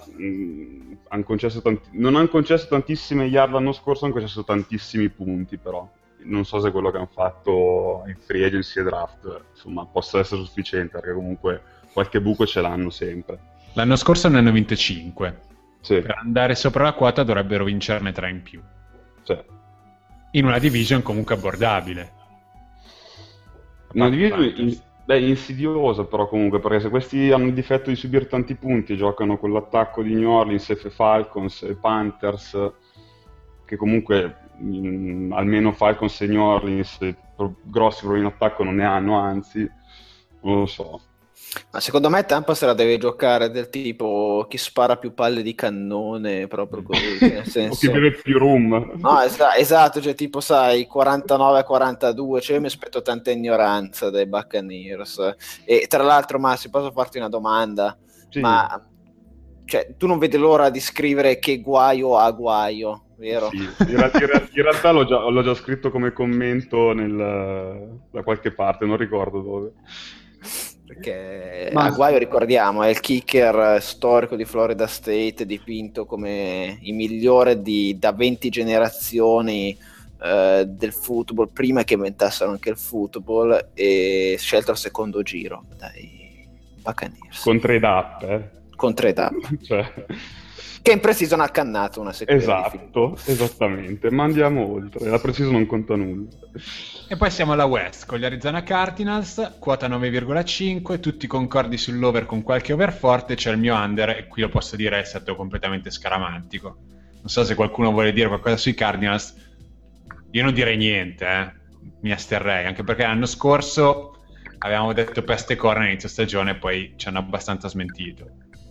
non hanno concesso tantissime yard l'anno scorso, hanno concesso tantissimi punti, però non so se quello che hanno fatto in free agency e draft insomma possa essere sufficiente, perché comunque qualche buco ce l'hanno sempre. L'anno scorso ne hanno vinte 5. Sì. Per andare sopra la quota dovrebbero vincerne 3 in più. Sì. In una division comunque abbordabile. Una division insidiosa, però comunque, perché se questi hanno il difetto di subire tanti punti, giocano con l'attacco di New Orleans, Falcons e Panthers, che comunque almeno Falcons e New Orleans grossi problemi in attacco non ne hanno, anzi, non lo so. Ma secondo me Tampa se la deve giocare del tipo chi spara più palle di cannone, proprio così, nel senso... o chi beve più rum. No, esatto, cioè tipo sai 49-42, cioè io mi aspetto tanta ignoranza dai Buccaneers. E tra l'altro, Massi, posso farti una domanda? Sì. Ma cioè, tu non vedi l'ora di scrivere che guaio a guaio, vero? Sì, in realtà l'ho già scritto come commento da qualche parte, non ricordo dove. Perché Aguayo, ricordiamo, è il kicker storico di Florida State, dipinto come il migliore da 20 generazioni del football, prima che inventassero anche il football, e scelto al secondo giro dai Buccaneers. Con 3 DAP, Con 3 DAP. Cioè... Che in precision ha cannato una sequenza. Esatto, esattamente. Ma andiamo oltre, la preciso non conta nulla. E poi siamo alla West con gli Arizona Cardinals, quota 9,5, tutti concordi sull'over con qualche over forte, c'è il mio under, e qui lo posso dire, è stato completamente scaramantico. Non so se qualcuno vuole dire qualcosa sui Cardinals, io non direi niente, mi asterrei, anche perché l'anno scorso avevamo detto peste corna all'inizio stagione e poi ci hanno abbastanza smentito.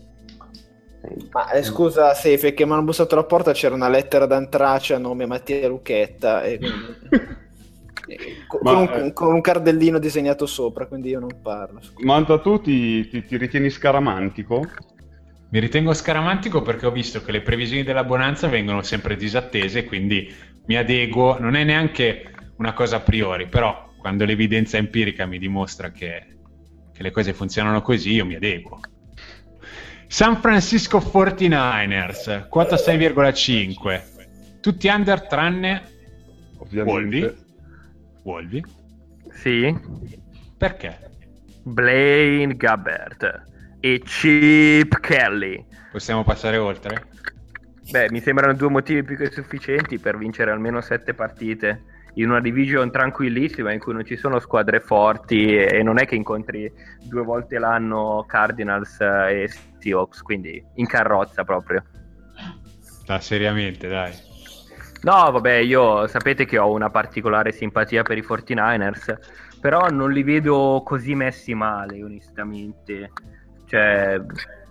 Ma scusa Sefe, che mi hanno bussato alla porta, c'era una lettera d'antrace a nome Mattia Lucchetta e quindi... con un cardellino disegnato sopra, quindi io non parlo. Manta, tu ti ritieni scaramantico? Mi ritengo scaramantico perché ho visto che le previsioni della bonanza vengono sempre disattese, quindi mi adeguo. Non è neanche una cosa a priori, però quando l'evidenza empirica mi dimostra che le cose funzionano così, io mi adeguo. San Francisco 49ers, quota 6,5, tutti under tranne Ovviamente. Wolvi? Sì. Perché? Blaine Gabbert e Chip Kelly. Possiamo passare oltre? Beh, mi sembrano 2 motivi più che sufficienti per vincere almeno 7 partite in una division tranquillissima in cui non ci sono squadre forti e non è che incontri 2 volte l'anno Cardinals e Seahawks, quindi in carrozza proprio. Seriamente, dai. No, vabbè, io sapete che ho una particolare simpatia per i 49ers, però non li vedo così messi male, onestamente. Cioè,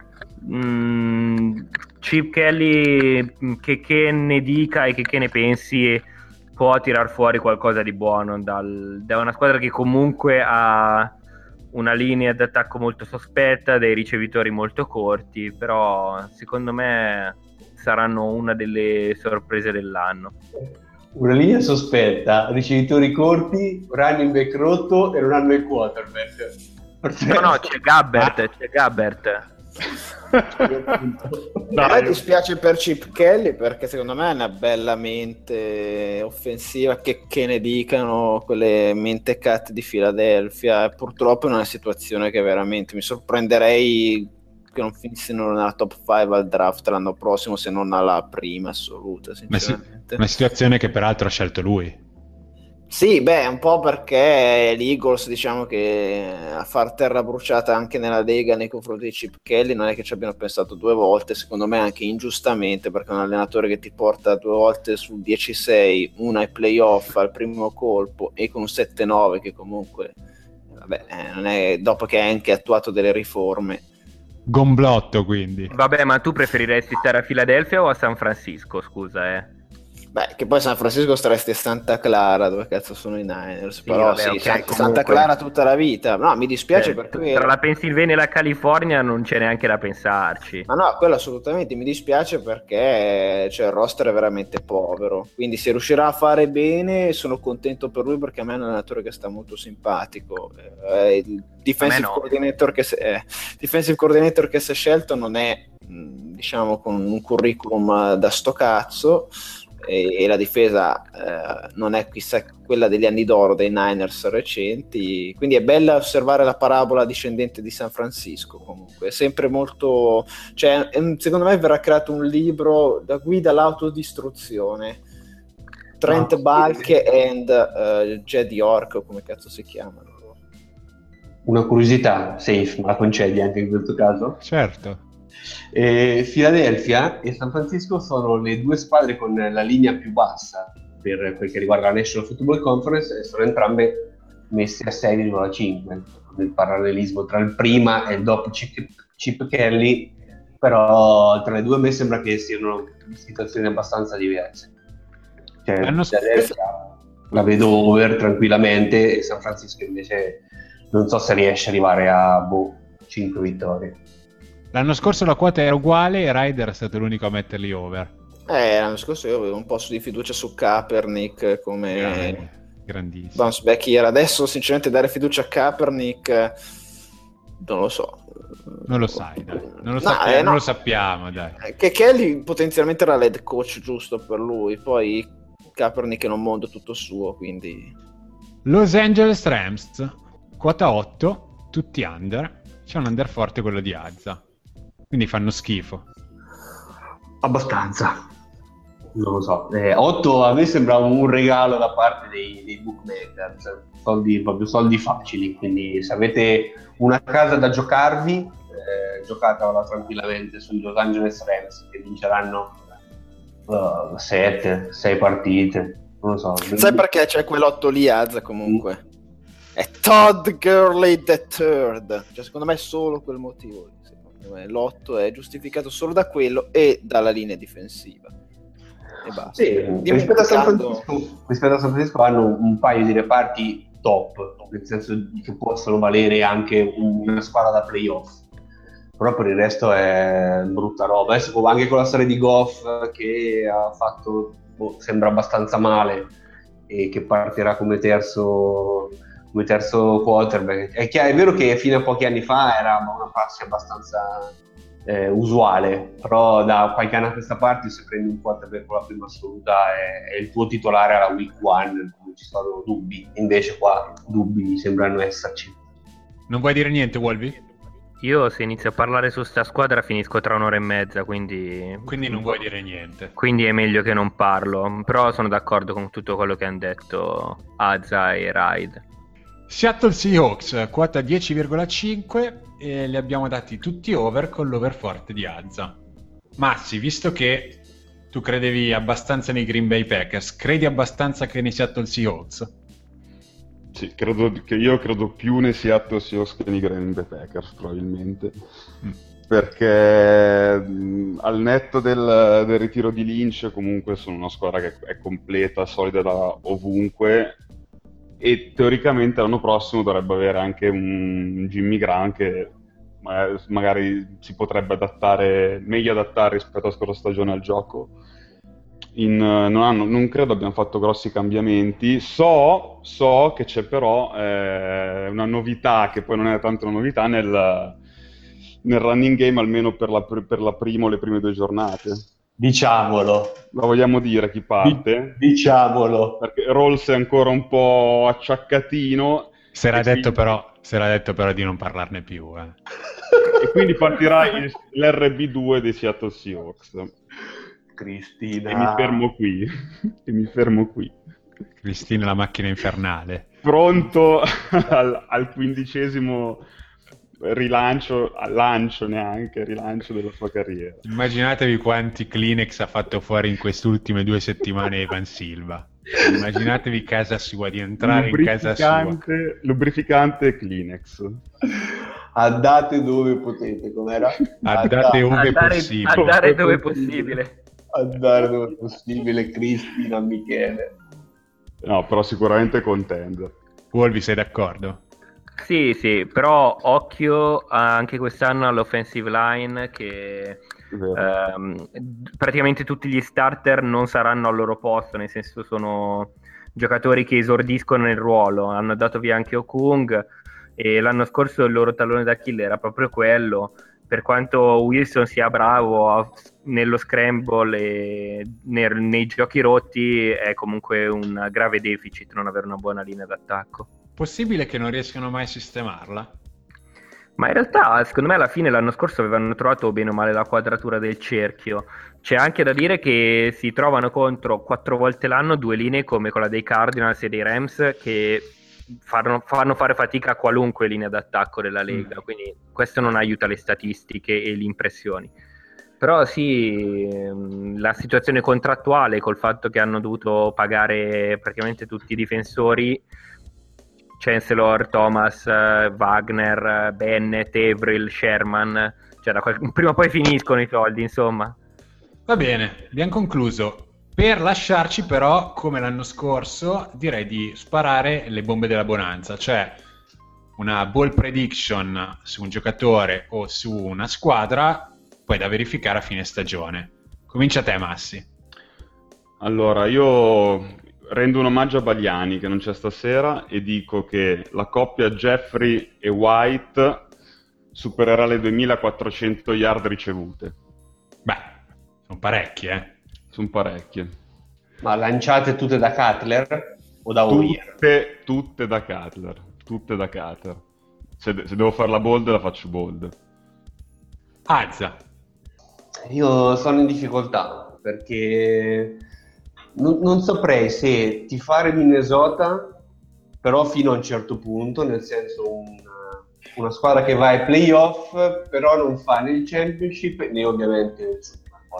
Chip Kelly, che ne dica e che ne pensi, può tirar fuori qualcosa di buono da una squadra che comunque ha una linea d'attacco molto sospetta, dei ricevitori molto corti, però secondo me saranno una delle sorprese dell'anno. Una linea sospetta, ricevitori corti, running back rotto e non hanno il quarterback. No, c'è Gabbert. No, a me dispiace per Chip Kelly perché secondo me è una bella mente offensiva, che ne dicano quelle mentecate di Philadelphia, e purtroppo è una situazione che veramente mi sorprenderei che non finissero nella top 5 al draft l'anno prossimo, se non alla prima assoluta, sinceramente. Una situazione che peraltro ha scelto lui. Sì, beh, un po' perché l'Eagles, diciamo che a far terra bruciata anche nella Lega nei confronti di Chip Kelly non è che ci abbiano pensato due volte, secondo me anche ingiustamente, perché un allenatore che ti porta 2 volte sul 10-6, una ai playoff al primo colpo e con un 7-9 che comunque, vabbè, non è, dopo che hai anche attuato delle riforme. Gomblotto, quindi. Vabbè, ma tu preferiresti stare a Filadelfia o a San Francisco, scusa, Beh, che poi San Francisco staresti a Santa Clara, dove cazzo sono i Niners, Sì, però vabbè, sì, ok, Santa comunque. Clara tutta la vita. No, mi dispiace perché... Tra la Pennsylvania e la California non c'è neanche da pensarci. Ma no, quello assolutamente mi dispiace perché il roster è veramente povero, quindi se riuscirà a fare bene sono contento per lui, perché a me è un allenatore che sta molto simpatico. Il defensive coordinator che si è scelto non è, diciamo, con un curriculum da sto cazzo, e la difesa non è chissà quella degli anni d'oro dei Niners recenti, quindi è bella osservare la parabola discendente di San Francisco. Comunque è sempre molto, cioè, secondo me verrà creato un libro da guida all'autodistruzione, Trent Balke and Jed York, come cazzo si chiamano. Una curiosità, safe, ma la concedi anche in questo caso? Certo. Philadelphia e San Francisco sono le 2 squadre con la linea più bassa per quel che riguarda la National Football Conference, e sono entrambe messe a 6,5 nel parallelismo tra il prima e il dopo Chip Kelly, però tra le due a me sembra che siano situazioni abbastanza diverse. Cioè, Philadelphia la vedo over tranquillamente, e San Francisco invece non so se riesce ad arrivare a 5 vittorie. L'anno scorso la quota era uguale e Ryder è stato l'unico a metterli over. L'anno scorso io avevo un po' di fiducia su Kaepernick come grandissimo bounce back year. Adesso sinceramente dare fiducia a Kaepernick non lo so. Non lo sai, dai. Non lo sappiamo, dai. Che Kelly potenzialmente era l'head coach giusto per lui, poi Kaepernick è un mondo tutto suo, quindi... Los Angeles Rams, quota 8, tutti under. C'è un under forte, quello di Azza. Quindi fanno schifo. Abbastanza. Non lo so. 8 a me sembra un regalo da parte dei bookmakers. Soldi facili. Quindi se avete una casa da giocarvi, giocatela tranquillamente sui Los Angeles Rams, che vinceranno 7, 6 partite. Non lo so. Sai perché c'è quell'8 lì, Azza, comunque? È Todd Gurley the third. Cioè, secondo me è solo quel motivo lì. L'8 è giustificato solo da quello e dalla linea difensiva, e basta. Sì, rispetto a San Francisco hanno un paio di reparti top, nel senso che possono valere anche una squadra da playoff, però per il resto è brutta roba. Adesso anche con la storia di Goff che ha fatto, sembra abbastanza male, e che partirà come terzo quarterback. È vero che fino a pochi anni fa era una prassi abbastanza usuale, però da qualche anno a questa parte, se prendi un quarterback con la prima assoluta è il tuo titolare alla week 1, non ci sono dubbi. Invece qua dubbi sembrano esserci. Non vuoi dire niente, Wolvi? Io se inizio a parlare su sta squadra finisco tra un'ora e mezza, quindi non vuoi dire niente. Quindi è meglio che non parlo, però sono d'accordo con tutto quello che hanno detto Azza e Raid. Seattle Seahawks, quota 10,5, e li abbiamo dati tutti over con l'over forte di Azza. Massi, visto che tu credevi abbastanza nei Green Bay Packers, credi abbastanza che nei Seattle Seahawks? Sì, io credo più nei Seattle Seahawks che nei Green Bay Packers, probabilmente. Perché al netto del ritiro di Lynch, comunque sono una squadra che è completa, solida da ovunque, e teoricamente l'anno prossimo dovrebbe avere anche un Jimmy Graham che magari si potrebbe meglio adattare rispetto alla scorsa stagione al gioco. Non credo abbiano fatto grossi cambiamenti. So che c'è però una novità, che poi non è tanto una novità, nel running game, almeno per la prima o le prime 2 giornate. Diciamolo. La vogliamo dire chi parte? Diciamolo. Perché Rawls è ancora un po' acciaccatino. Si era detto però di non parlarne più. E e quindi partirà l'RB2 dei Seattle Seahawks. Cristina. E mi fermo qui. E mi fermo qui. Cristina la macchina infernale. Pronto al 15° rilancio della sua carriera. Immaginatevi quanti Kleenex ha fatto fuori in queste ultime 2 settimane Evan Silva. Immaginatevi casa sua, di entrare in casa sua. Lubrificante Kleenex. Andate dove potete, com'era? Andate ove possibile. Andare dove possibile. Andare dove possibile, Cristina, Michele. No, però sicuramente contender. Wolvi, sei d'accordo? Sì, però occhio anche quest'anno all'offensive line che praticamente tutti gli starter non saranno al loro posto, nel senso sono giocatori che esordiscono nel ruolo. Hanno dato via anche Okung e l'anno scorso il loro tallone d'Achille era proprio quello. Per quanto Wilson sia bravo nello scramble e nei giochi rotti, è comunque un grave deficit non avere una buona linea d'attacco. Possibile che non riescano mai a sistemarla? Ma in realtà, secondo me, alla fine l'anno scorso avevano trovato bene o male la quadratura del cerchio. C'è anche da dire che si trovano contro 4 volte l'anno 2 linee come quella dei Cardinals e dei Rams che fanno fare fatica a qualunque linea d'attacco della Lega, quindi questo non aiuta le statistiche e le impressioni. Però sì, la situazione contrattuale col fatto che hanno dovuto pagare praticamente tutti i difensori, Chancellor, Thomas, Wagner, Bennett, Avril, Sherman, cioè prima o poi finiscono i soldi, insomma. Va bene, abbiamo concluso. Per lasciarci però, come l'anno scorso, direi di sparare le bombe della bonanza, cioè una ball prediction su un giocatore o su una squadra, poi da verificare a fine stagione. Comincia te, Massi. Allora, io rendo un omaggio a Bagliani, che non c'è stasera, e dico che la coppia Jeffrey e White supererà le 2400 yard ricevute. Beh, sono parecchi, Sono parecchie. Ma lanciate tutte da Cutler o da Hoyer? Tutte da Cutler. Tutte da Cutler. Se devo fare la bold, la faccio bold. Azza. Io sono in difficoltà perché non saprei se tifare Minnesota, però fino a un certo punto, nel senso una squadra che va ai playoff, però non fa né il championship né ovviamente il Super Bowl.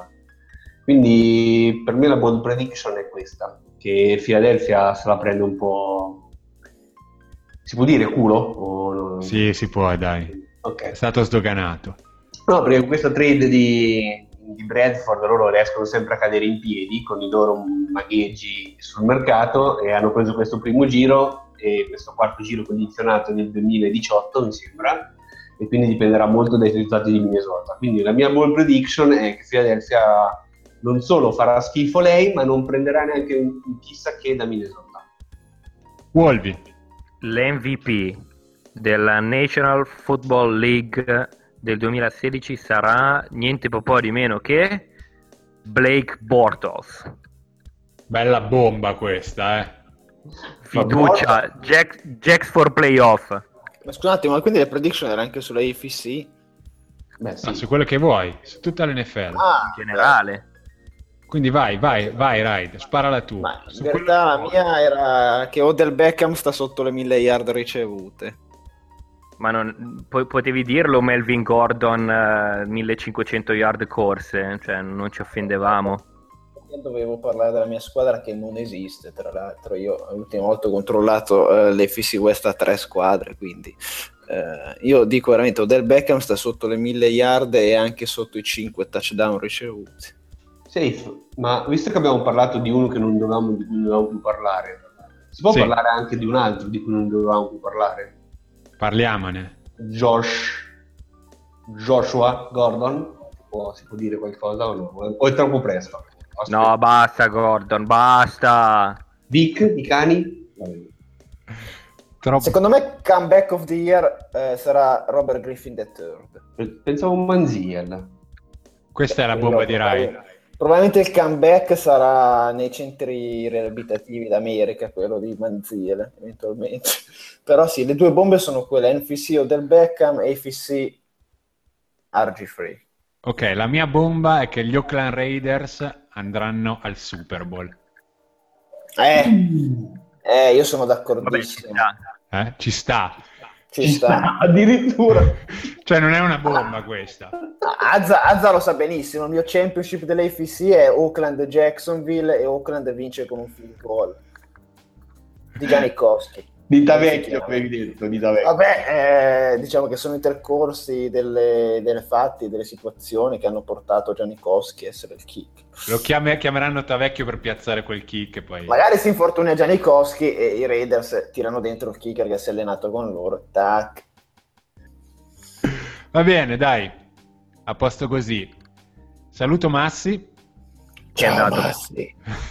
Quindi per me la bold prediction è questa, che Philadelphia se la prende un po', si può dire culo? O no? Sì, si può, dai. Okay. È stato sdoganato. No, perché con questa trade di Bradford loro riescono sempre a cadere in piedi con i loro magheggi sul mercato e hanno preso questo primo giro e questo quarto giro condizionato nel 2018, mi sembra, e quindi dipenderà molto dai risultati di Minnesota. Quindi la mia bold prediction è che Philadelphia non solo farà schifo lei, ma non prenderà neanche un chissà che da Minnesota. Wolvi. L'MVP della National Football League del 2016 sarà niente po' di meno che Blake Bortles. Bella bomba questa, Fiducia, Jacks for playoff. Ma scusate, ma quindi le prediction erano anche sulla AFC? Beh, sì. No, su quello che vuoi, su tutta l'NFL. In generale. Quindi vai, Raid, sparala tu. Ma in Su realtà la quello- mia era che Odell Beckham sta sotto le 1000 yard ricevute. Ma potevi dirlo Melvin Gordon, 1500 yard corse, cioè non ci offendevamo. Io dovevo parlare della mia squadra che non esiste, tra l'altro. Io l'ultima volta ho controllato l'AFC West a 3 squadre, quindi io dico veramente Odell Beckham sta sotto le 1000 yard e anche sotto i 5 touchdown ricevuti. Safe, ma visto che abbiamo parlato di uno di cui non dovevamo più parlare, si può Sì. parlare anche di un altro di cui non dovevamo più parlare? Parliamone. Joshua Gordon? Si può dire qualcosa o no? O è troppo presto? Aspetta. No, basta Gordon, basta. Vic di Cani? Troppo... Secondo me comeback of the year sarà Robert Griffin III. Pensavo Manziel. Questa è la bomba di Raid. Probabilmente il comeback sarà nei centri riabilitativi d'America, quello di Manziel, eventualmente. Però sì, le due bombe sono quelle, NFC o del Beckham, AFC RG3. Ok, la mia bomba è che gli Oakland Raiders andranno al Super Bowl. Io sono d'accordissimo. Vabbè, Ci sta. Ci sta. Addirittura. Cioè non è una bomba questa. Azza lo sa benissimo, il mio championship dell'AFC è Oakland-Jacksonville e Oakland vince con un field goal di Janikowski. Dita vecchio, avevi detto, dita vecchio. Vabbè, diciamo che sono intercorsi delle fatti, delle situazioni che hanno portato Janikowski a essere il kick. Lo chiameranno Tavecchio per piazzare quel kick e poi... Magari si infortuna Janikowski e i Raiders tirano dentro il kicker che si è allenato con loro. Tac. Va bene, dai. A posto così. Saluto Massi. Che è andato. Massi.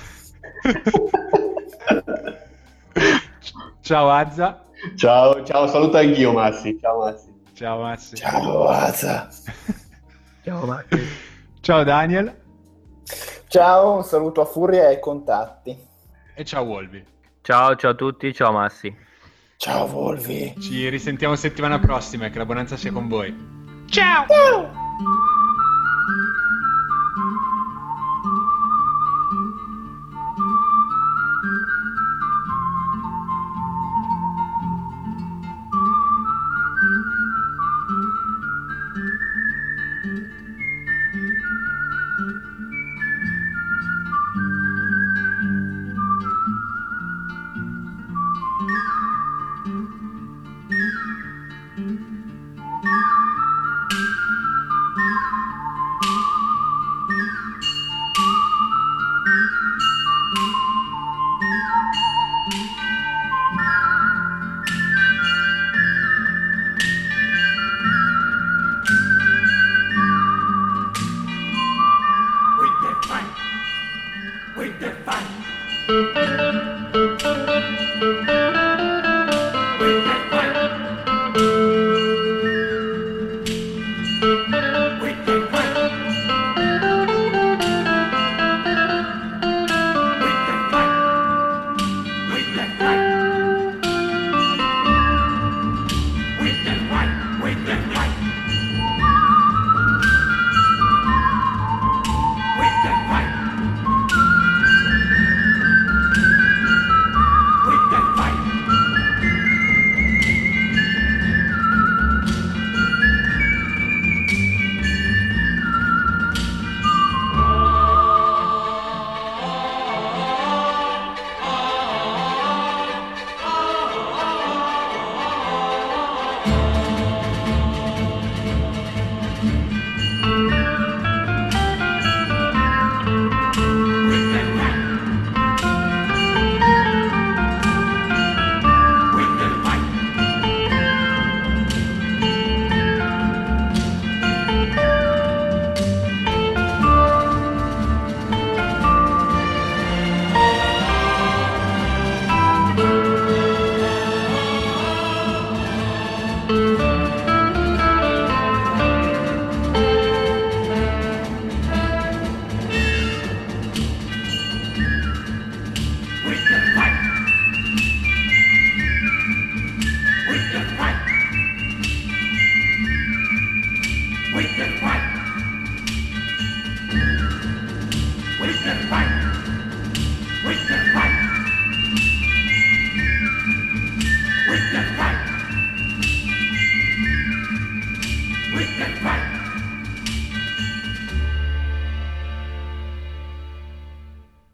Ciao Azza. Ciao, saluto anch'io Massi. Ciao Massi. Ciao Massi. Ciao Azza. Ciao Massi. Ciao Daniel. Ciao, un saluto a Furia e ai contatti. E ciao Wolvi. Ciao a tutti, ciao Massi. Ciao Volvi. Ci risentiamo settimana prossima e che la bonanza sia con voi. Ciao. We can fight.